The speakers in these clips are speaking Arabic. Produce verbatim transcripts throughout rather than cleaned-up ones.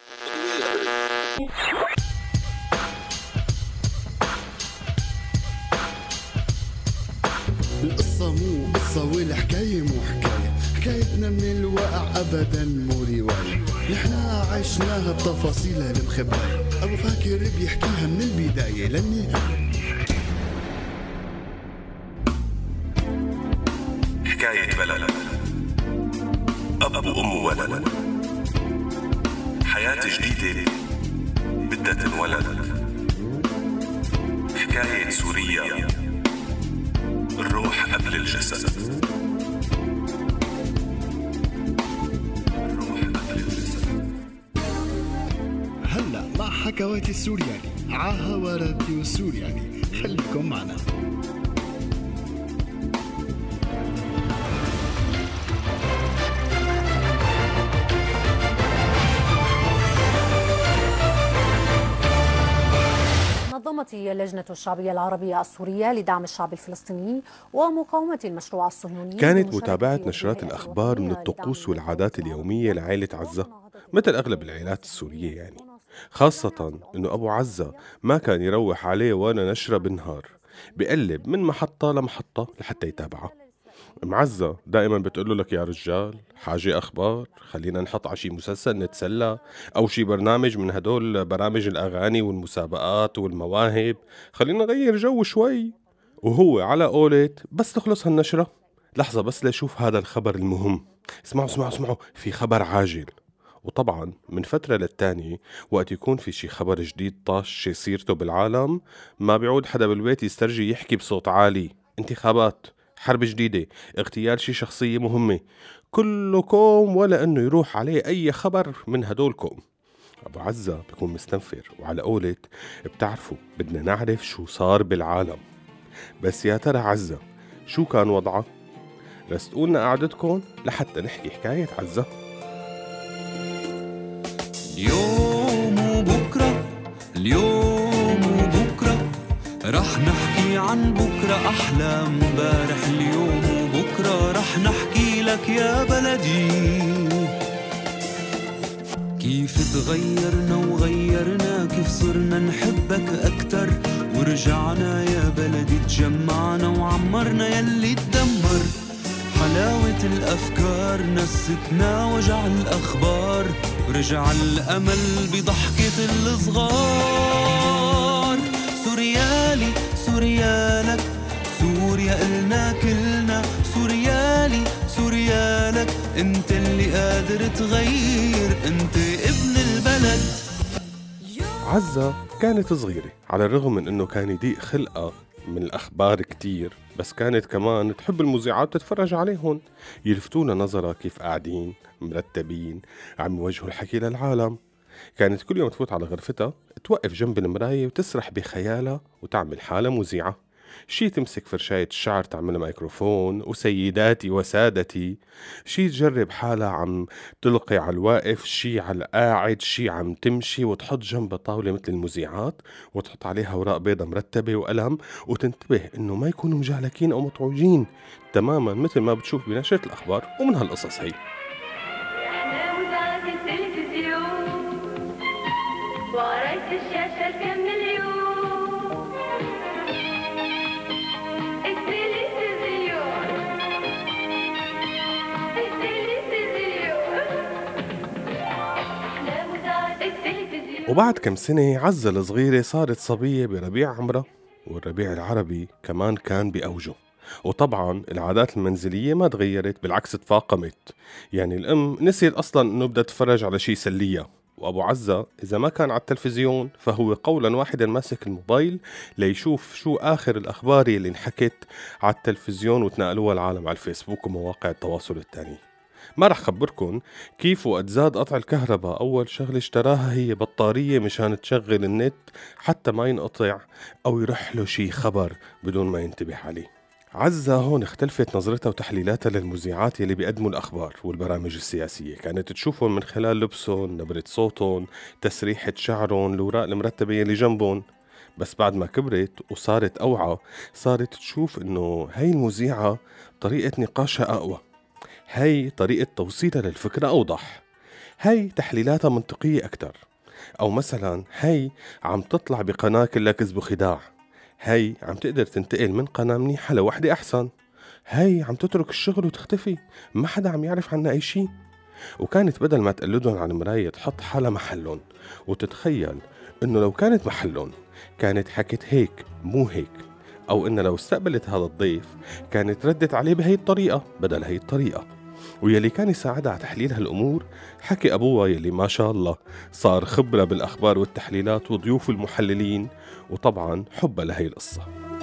القصة مو قصة والحكاية مو حكاية، حكايتنا من الواقع أبدا مو رواية، نحنا عشناها بتفاصيلها المخباية، أبو فاكر بيحكيها من البداية للنهاية. حكاية بلد، أب وأم ولد، حياة جديدة بدها تنولد. حكاية سوريا، الروح قبل الجسد. الروح قبل الجسد. هلا مع حكواتي السورياني عاها راديو سورياني، خليكم معنا. نظمت اللجنة الشعبية العربية السورية لدعم الشعب الفلسطيني ومقاومة المشروع الصهيوني. كانت متابعة نشرات الأخبار من الطقوس والعادات اليومية لعائلة عزة، مثل أغلب العائلات السورية يعني، خاصة إنه أبو عزة ما كان يروح عليه وانا نشرة بالنهار، بيقلب من محطة لمحطة لحتى يتابعها. معزة دائما بتقوله لك يا رجال حاجة أخبار، خلينا نحط عشي مسلسل نتسلى، أو شي برنامج من هدول برامج الأغاني والمسابقات والمواهب، خلينا نغير جو شوي. وهو على قولة بس تخلص هالنشرة، لحظة بس لشوف هذا الخبر المهم، اسمعوا اسمعوا اسمعوا في خبر عاجل. وطبعا من فترة للتانية وقت يكون في شي خبر جديد طاش شي سيرته بالعالم، ما بيعود حدا بالبيت يسترجي يحكي بصوت عالي، انتخابات، حرب جديدة، اغتيال شي شخصية مهمة، كلكم ولا انه يروح عليه اي خبر من هدولكم. ابو عزة بيكون مستنفر وعلى قولة بتعرفوا بدنا نعرف شو صار بالعالم. بس يا ترى عزة شو كان وضعه؟ رستقولنا قعدتكم لحتى نحكي حكاية عزة. اليوم وبكرة، اليوم وبكرة، رح نحكي عن بكرة أحلى مبارح. اليوم وبكرة رح نحكي لك يا بلدي كيف تغيرنا وغيرنا، كيف صرنا نحبك أكتر، ورجعنا يا بلدي تجمعنا وعمرنا يلي تدمر. حلاوة الأفكار نستنا وجع الأخبار، ورجع الأمل بضحكة الصغار. سوريالي سوريالك، سوريا إلنا كلنا، سوريالي سوريالك، انت اللي قادر تغير، انت ابن البلد. عزة كانت صغيرة، على الرغم من انه كان يضيق خلقها من الأخبار كتير، بس كانت كمان تحب المذيعات تتفرج عليهم، يلفتون نظرها كيف قاعدين مرتبين عم يوجهوا الحكي للعالم. كانت كل يوم تفوت على غرفتها، توقف جنب المراية وتسرح بخيالها وتعمل حالة مذيعة، شي تمسك فرشاية الشعر تعمل ميكروفون وسيداتي وسادتي، شي تجرب حالها عم تلقي على الواقف، شي على القاعد، شي عم تمشي، وتحط جنبها طاولة مثل المذيعات وتحط عليها أوراق بيضة مرتبة وقلم، وتنتبه إنه ما يكونوا مجعلكين أو مطعوجين تماما مثل ما بتشوف بنشرة الأخبار ومن هالقصص هي. وريت الشاشة كم مليون، التلفزيون التلفزيون. وبعد كم سنة عزة الصغيرة صارت صبية بربيع عمرها، والربيع العربي كمان كان بأوجه، وطبعا العادات المنزلية ما تغيرت، بالعكس تفاقمت. يعني الأم نسيت أصلا أنه بدها تتفرج على شي سلية، وأبو عزة إذا ما كان على التلفزيون فهو قولا واحدا ماسك الموبايل ليشوف شو آخر الأخبار اللي انحكت على التلفزيون وتنقلوها العالم على الفيسبوك ومواقع التواصل التانية. ما رح خبركن كيف وقت زاد قطع الكهرباء أول شغلة اشتراها هي بطارية مشان تشغل النت حتى ما ينقطع أو يروح له شي خبر بدون ما ينتبه عليه. عزة هون اختلفت نظرتها وتحليلاتها للمذيعات يلي بيقدموا الأخبار والبرامج السياسية، كانت تشوفهم من خلال لبسهم، نبرة صوتهم، تسريحة شعرهم، الأوراق المرتبة يلي جنبهم. بس بعد ما كبرت وصارت أوعى صارت تشوف إنه هاي المذيعة طريقة نقاشها أقوى، هاي طريقة توصيلها للفكرة أوضح، هاي تحليلاتها منطقية أكتر. أو مثلا هاي عم تطلع بقناة كلها كذب وخداع، هاي عم تقدر تنتقل من قناة منيحة لوحدة أحسن، هاي عم تترك الشغل وتختفي ما حدا عم يعرف عنها أي شي. وكانت بدل ما تقلدهم على المراية تحط حالها محلهم وتتخيل إنه لو كانت محلهم كانت حكت هيك مو هيك، أو إنه لو استقبلت هذا الضيف كانت ردت عليه بهي الطريقة بدل هي الطريقة. ويلي كان يساعدها على تحليل هالأمور حكي أبوها يلي ما شاء الله صار خبرة بالأخبار والتحليلات وضيوف المحللين، وطبعا حبها لهي القصة.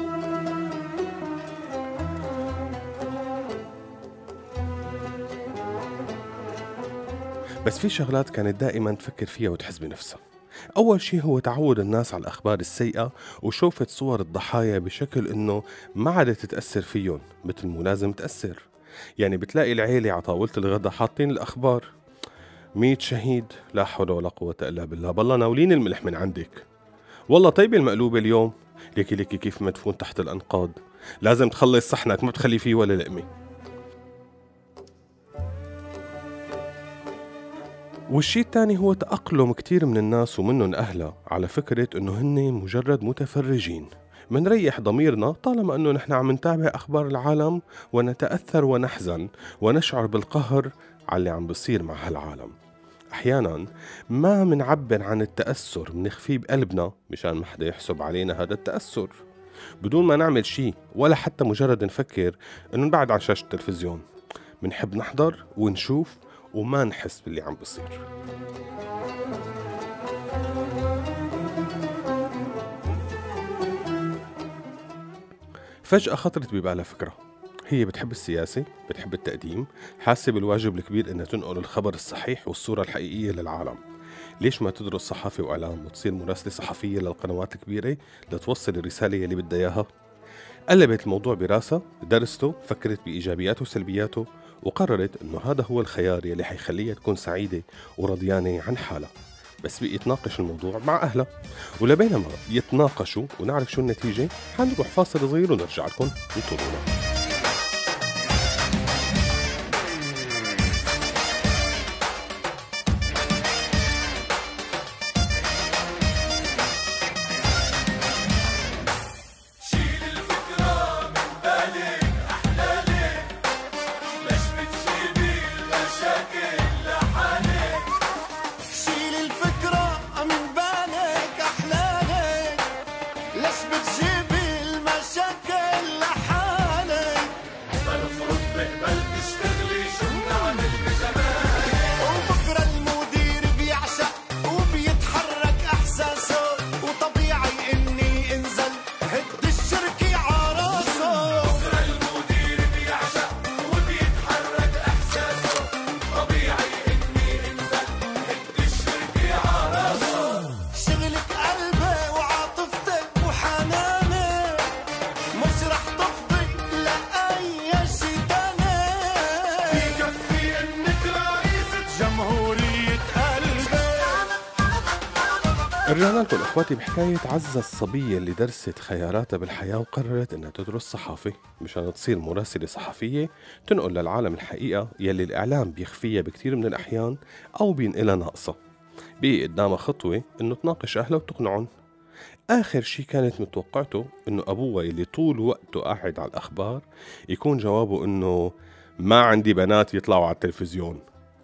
بس في شغلات كانت دائما تفكر فيها وتحس بنفسها. أول شي هو تعود الناس على الأخبار السيئة وشوفت صور الضحايا بشكل إنه ما عادت تتأثر فيهم مثل مو لازم تأثر. يعني بتلاقي العيلة على طاولة الغداء حاطين الأخبار مية شهيد، لا حول ولا قوة إلا بالله، بالله ناولين الملح من عندك، والله طيب المقلوبة اليوم، ليكي ليكي كيف مدفون تحت الأنقاض، لازم تخلص صحنك ما بتخلي فيه ولا لقمة. والشي الثاني هو تأقلم كتير من الناس ومنهم أهلها على فكرة إنه هن مجرد متفرجين، منريح ضميرنا طالما أنه نحن عم نتابع أخبار العالم ونتأثر ونحزن ونشعر بالقهر على اللي عم بصير مع هالعالم. أحيانا ما منعبر عن التأثر، منخفيه بقلبنا مشان ما حدا يحسب علينا هذا التأثر بدون ما نعمل شي ولا حتى مجرد نفكر أنه نبعد عن شاشة التلفزيون. منحب نحضر ونشوف وما نحس باللي عم بصير. فجأة خطرت ببالها فكرة، هي بتحب السياسة، بتحب التقديم، حاسة بالواجب الكبير إنها تنقل الخبر الصحيح والصورة الحقيقية للعالم. ليش ما تدرس صحافة وإعلام وتصير مراسلة صحفية للقنوات الكبيرة لتوصل الرسالة اللي بدها إياها؟ قلبت الموضوع براسها، درسته، فكرت بإيجابياته وسلبياته، وقررت إنه هذا هو الخيار يلي حيخليها تكون سعيدة ورضيانة عن حالها. بس بقي يتناقش الموضوع مع أهلها، ولبينما يتناقشوا ونعرف شو النتيجة حنروح فاصل صغير ونرجع لكم. انطرونا. رجعنا لكم اخواتي بحكاية عزة الصبية اللي درست خياراتها بالحياة وقررت انها تدرس صحافة مشان تصير مراسلة صحفية تنقل للعالم الحقيقة يلي الاعلام بيخفيها بكتير من الاحيان او بينقلها ناقصة. بقي قدامها خطوة انه تناقش اهلها وتقنعهم. اخر شي كانت متوقعته انه ابوها اللي طول وقته قاعد على الاخبار يكون جوابه انه ما عندي بنات يطلعوا على التلفزيون.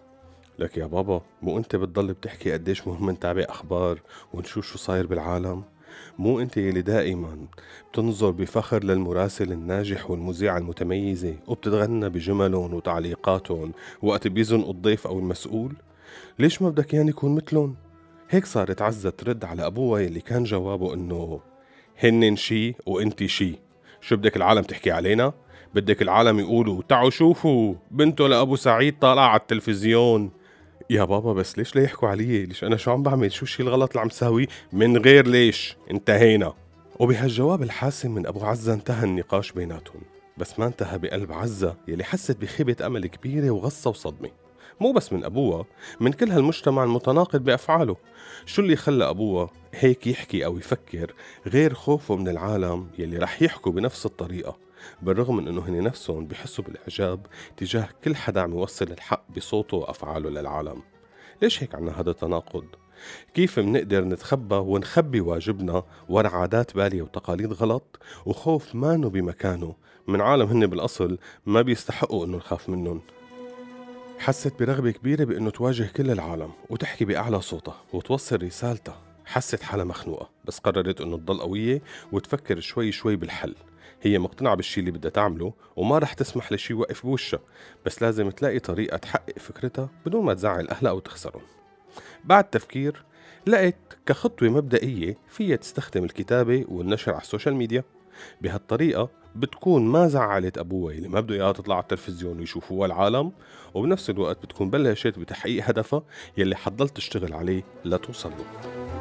لك يا بابا، مو انت بتضل بتحكي قديش مهم نتابع اخبار ونشوف شو صاير بالعالم؟ مو انت اللي دائما بتنظر بفخر للمراسل الناجح والمذيعة المتميزة وبتتغنى بجملهم وتعليقاتهم وقت بيزنقوا الضيف او المسؤول؟ ليش ما بدك يعني يكون مثلهم؟ هيك صارت عزة ترد على ابوها اللي كان جوابه انه هنن شي وانتي شي، شو بدك العالم تحكي علينا؟ بدك العالم يقولوا تعوا شوفوا بنته لأبو سعيد طالعة على التلفزيون. يا بابا بس ليش لا يحكوا علي؟ ليش أنا شو عم بعمل؟ شو الشي الغلط اللي عم ساويه؟ من غير ليش، انتهينا. وبهالجواب الحاسم من أبو عزة انتهى النقاش بيناتهم، بس ما انتهى بقلب عزة يلي حست بخيبة أمل كبيرة وغصة وصدمة، مو بس من أبوها، من كل هالمجتمع المتناقض بأفعاله. شو اللي خلى أبوها هيك يحكي أو يفكر غير خوفه من العالم يلي رح يحكوا بنفس الطريقة، بالرغم من أنه هن نفسهم بيحسوا بالإعجاب تجاه كل حدا عم يوصل الحق بصوته وأفعاله للعالم. ليش هيك عنا هذا التناقض؟ كيف منقدر نتخبى ونخبي واجبنا ورا عادات بالية وتقاليد غلط وخوف مانو بمكانه من عالم هن بالأصل ما بيستحقوا إنه نخاف منهم؟ حست برغبة كبيرة بإنه تواجه كل العالم وتحكي بأعلى صوتها وتوصل رسالتها. حست حالها مخنوقة بس قررت إنه تضل قوية وتفكر شوي شوي بالحل. هي مقتنعة بالشي اللي بدها تعمله وما رح تسمح لشي يوقف بوشها، بس لازم تلاقي طريقة تحقق فكرتها بدون ما تزعل أهلها أو تخسرهم. بعد تفكير لقيت كخطوة مبدئية فيها تستخدم الكتابة والنشر على السوشيال ميديا. بهالطريقة بتكون ما زعلت أبوها اللي ما بده إياها تطلع على التلفزيون ويشوفوها العالم، وبنفس الوقت بتكون بلشت بتحقيق هدفها يلي حضلت تشتغل عليه لتوصل له.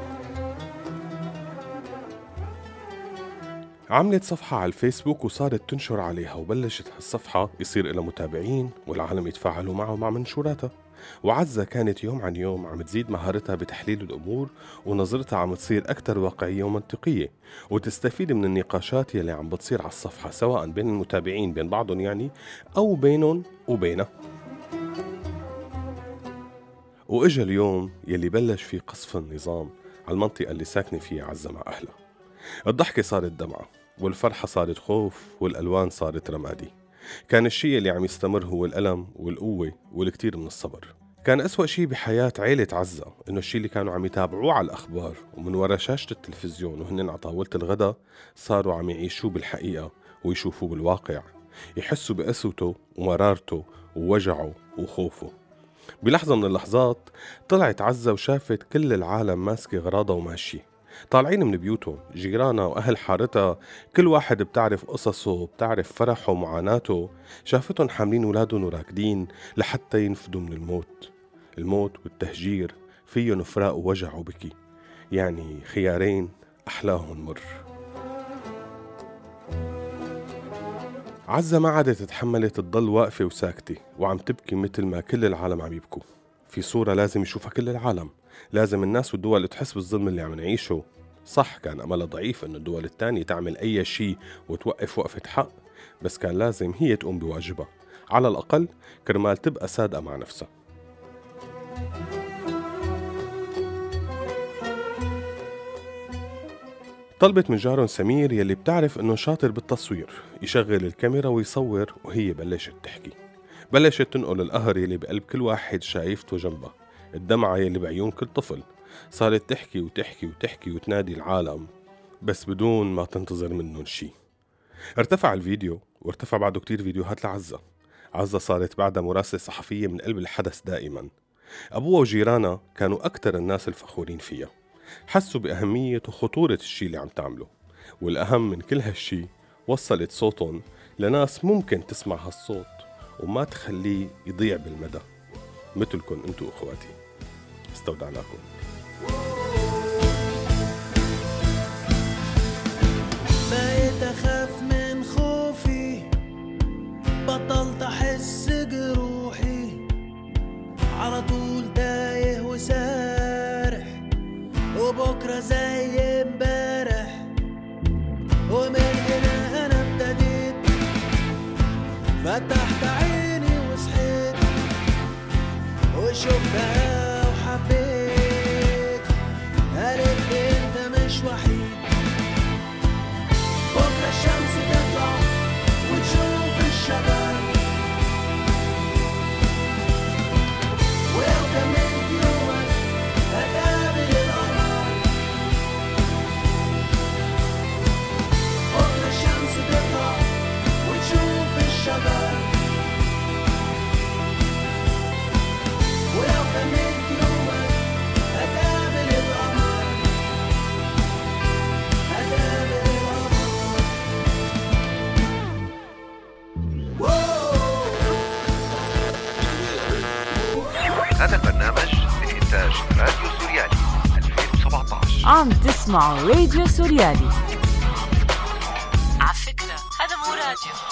عملت صفحة على الفيسبوك وصارت تنشر عليها، وبلشت هالصفحة يصير لها متابعين والعالم يتفاعلوا معه مع منشوراتها. وعزة كانت يوم عن يوم عم تزيد مهارتها بتحليل الأمور ونظرتها عم تصير أكتر واقعية ومنطقية، وتستفيد من النقاشات يلي عم بتصير على الصفحة سواء بين المتابعين بين بعضهم يعني أو بينهم وبينها. وإجا اليوم يلي بلش فيه قصف النظام على المنطقة اللي ساكنة فيها عزة مع أهلها. الضحكة صارت دمعة والفرحة صارت خوف والألوان صارت رمادي. كان الشيء اللي عم يستمر هو الألم والقوة والكتير من الصبر. كان أسوأ شيء بحياة عيلة عزة إنه الشيء اللي كانوا عم يتابعوه على الأخبار ومن وراء شاشة التلفزيون وهن على طاولة الغداء صاروا عم يعيشوه بالحقيقة ويشوفوه بالواقع، يحسوا بقسوته ومرارته ووجعه وخوفه. بلحظة من اللحظات طلعت عزة وشافت كل العالم ماسكة غراضة وماشية، طالعين من بيوتهم جيرانها وأهل حارتها، كل واحد بتعرف قصصه وبتعرف فرحه ومعاناته. شافتهم حاملين ولادهم وراكدين لحتى ينفدوا من الموت. الموت والتهجير فيهم فراق ووجع وبكي، يعني خيارين أحلاهم مر. عزة ما عادت تتحملت تضل واقفة وساكتة وعم تبكي مثل ما كل العالم عم يبكوا. في صورة لازم يشوفها كل العالم، لازم الناس والدول تحس بالظلم اللي عم نعيشه. صح كان أملها ضعيف إنه الدول التانية تعمل أي شيء وتوقف وقفة حق، بس كان لازم هي تقوم بواجبها على الأقل كرمال تبقى صادقة مع نفسها. طلبت من جارهم سمير يلي بتعرف إنه شاطر بالتصوير يشغل الكاميرا ويصور، وهي بلشت تحكي. بلشت تنقل القهر يلي بقلب كل واحد شايفته جنبها، الدمعة يلي بعيون كل طفل. صارت تحكي وتحكي وتحكي وتنادي العالم بس بدون ما تنتظر منهم شي. ارتفع الفيديو وارتفع بعده كتير فيديوهات لعزة. عزة صارت بعدها مراسلة صحفية من قلب الحدث دائما. أبوها وجيرانها كانوا أكتر الناس الفخورين فيها، حسوا بأهمية وخطورة الشي اللي عم تعمله، والأهم من كل هالشي وصلت صوتهم لناس ممكن تسمع هالصوت وما تخليه يضيع بالمدى، مثلكن انتو اخواتي. استودعناكم. بقيت اخاف من خوفي، بطلت احس جروحي، على طول تايه وسارح، وبكره زي امبارح. ومن هنا انا ابتديت، فتحت عيني وصحيت وشفتها وحبيت، قالت لي انت مش وحيد. بكره الشمس تطلع ونشوف الشجر، ولو كملت يومك هتقابل القمر. بكره الشمس تطلع ونشوف الشجر، ولو كملت يومك هتقابل القمر، هتقابل القمر. هذا البرنامج لإنتاج راديو سوريالي ألفين وسبعة عشر. عم تسمعوا راديو سوريالي. على فكرة هذا مو راديو.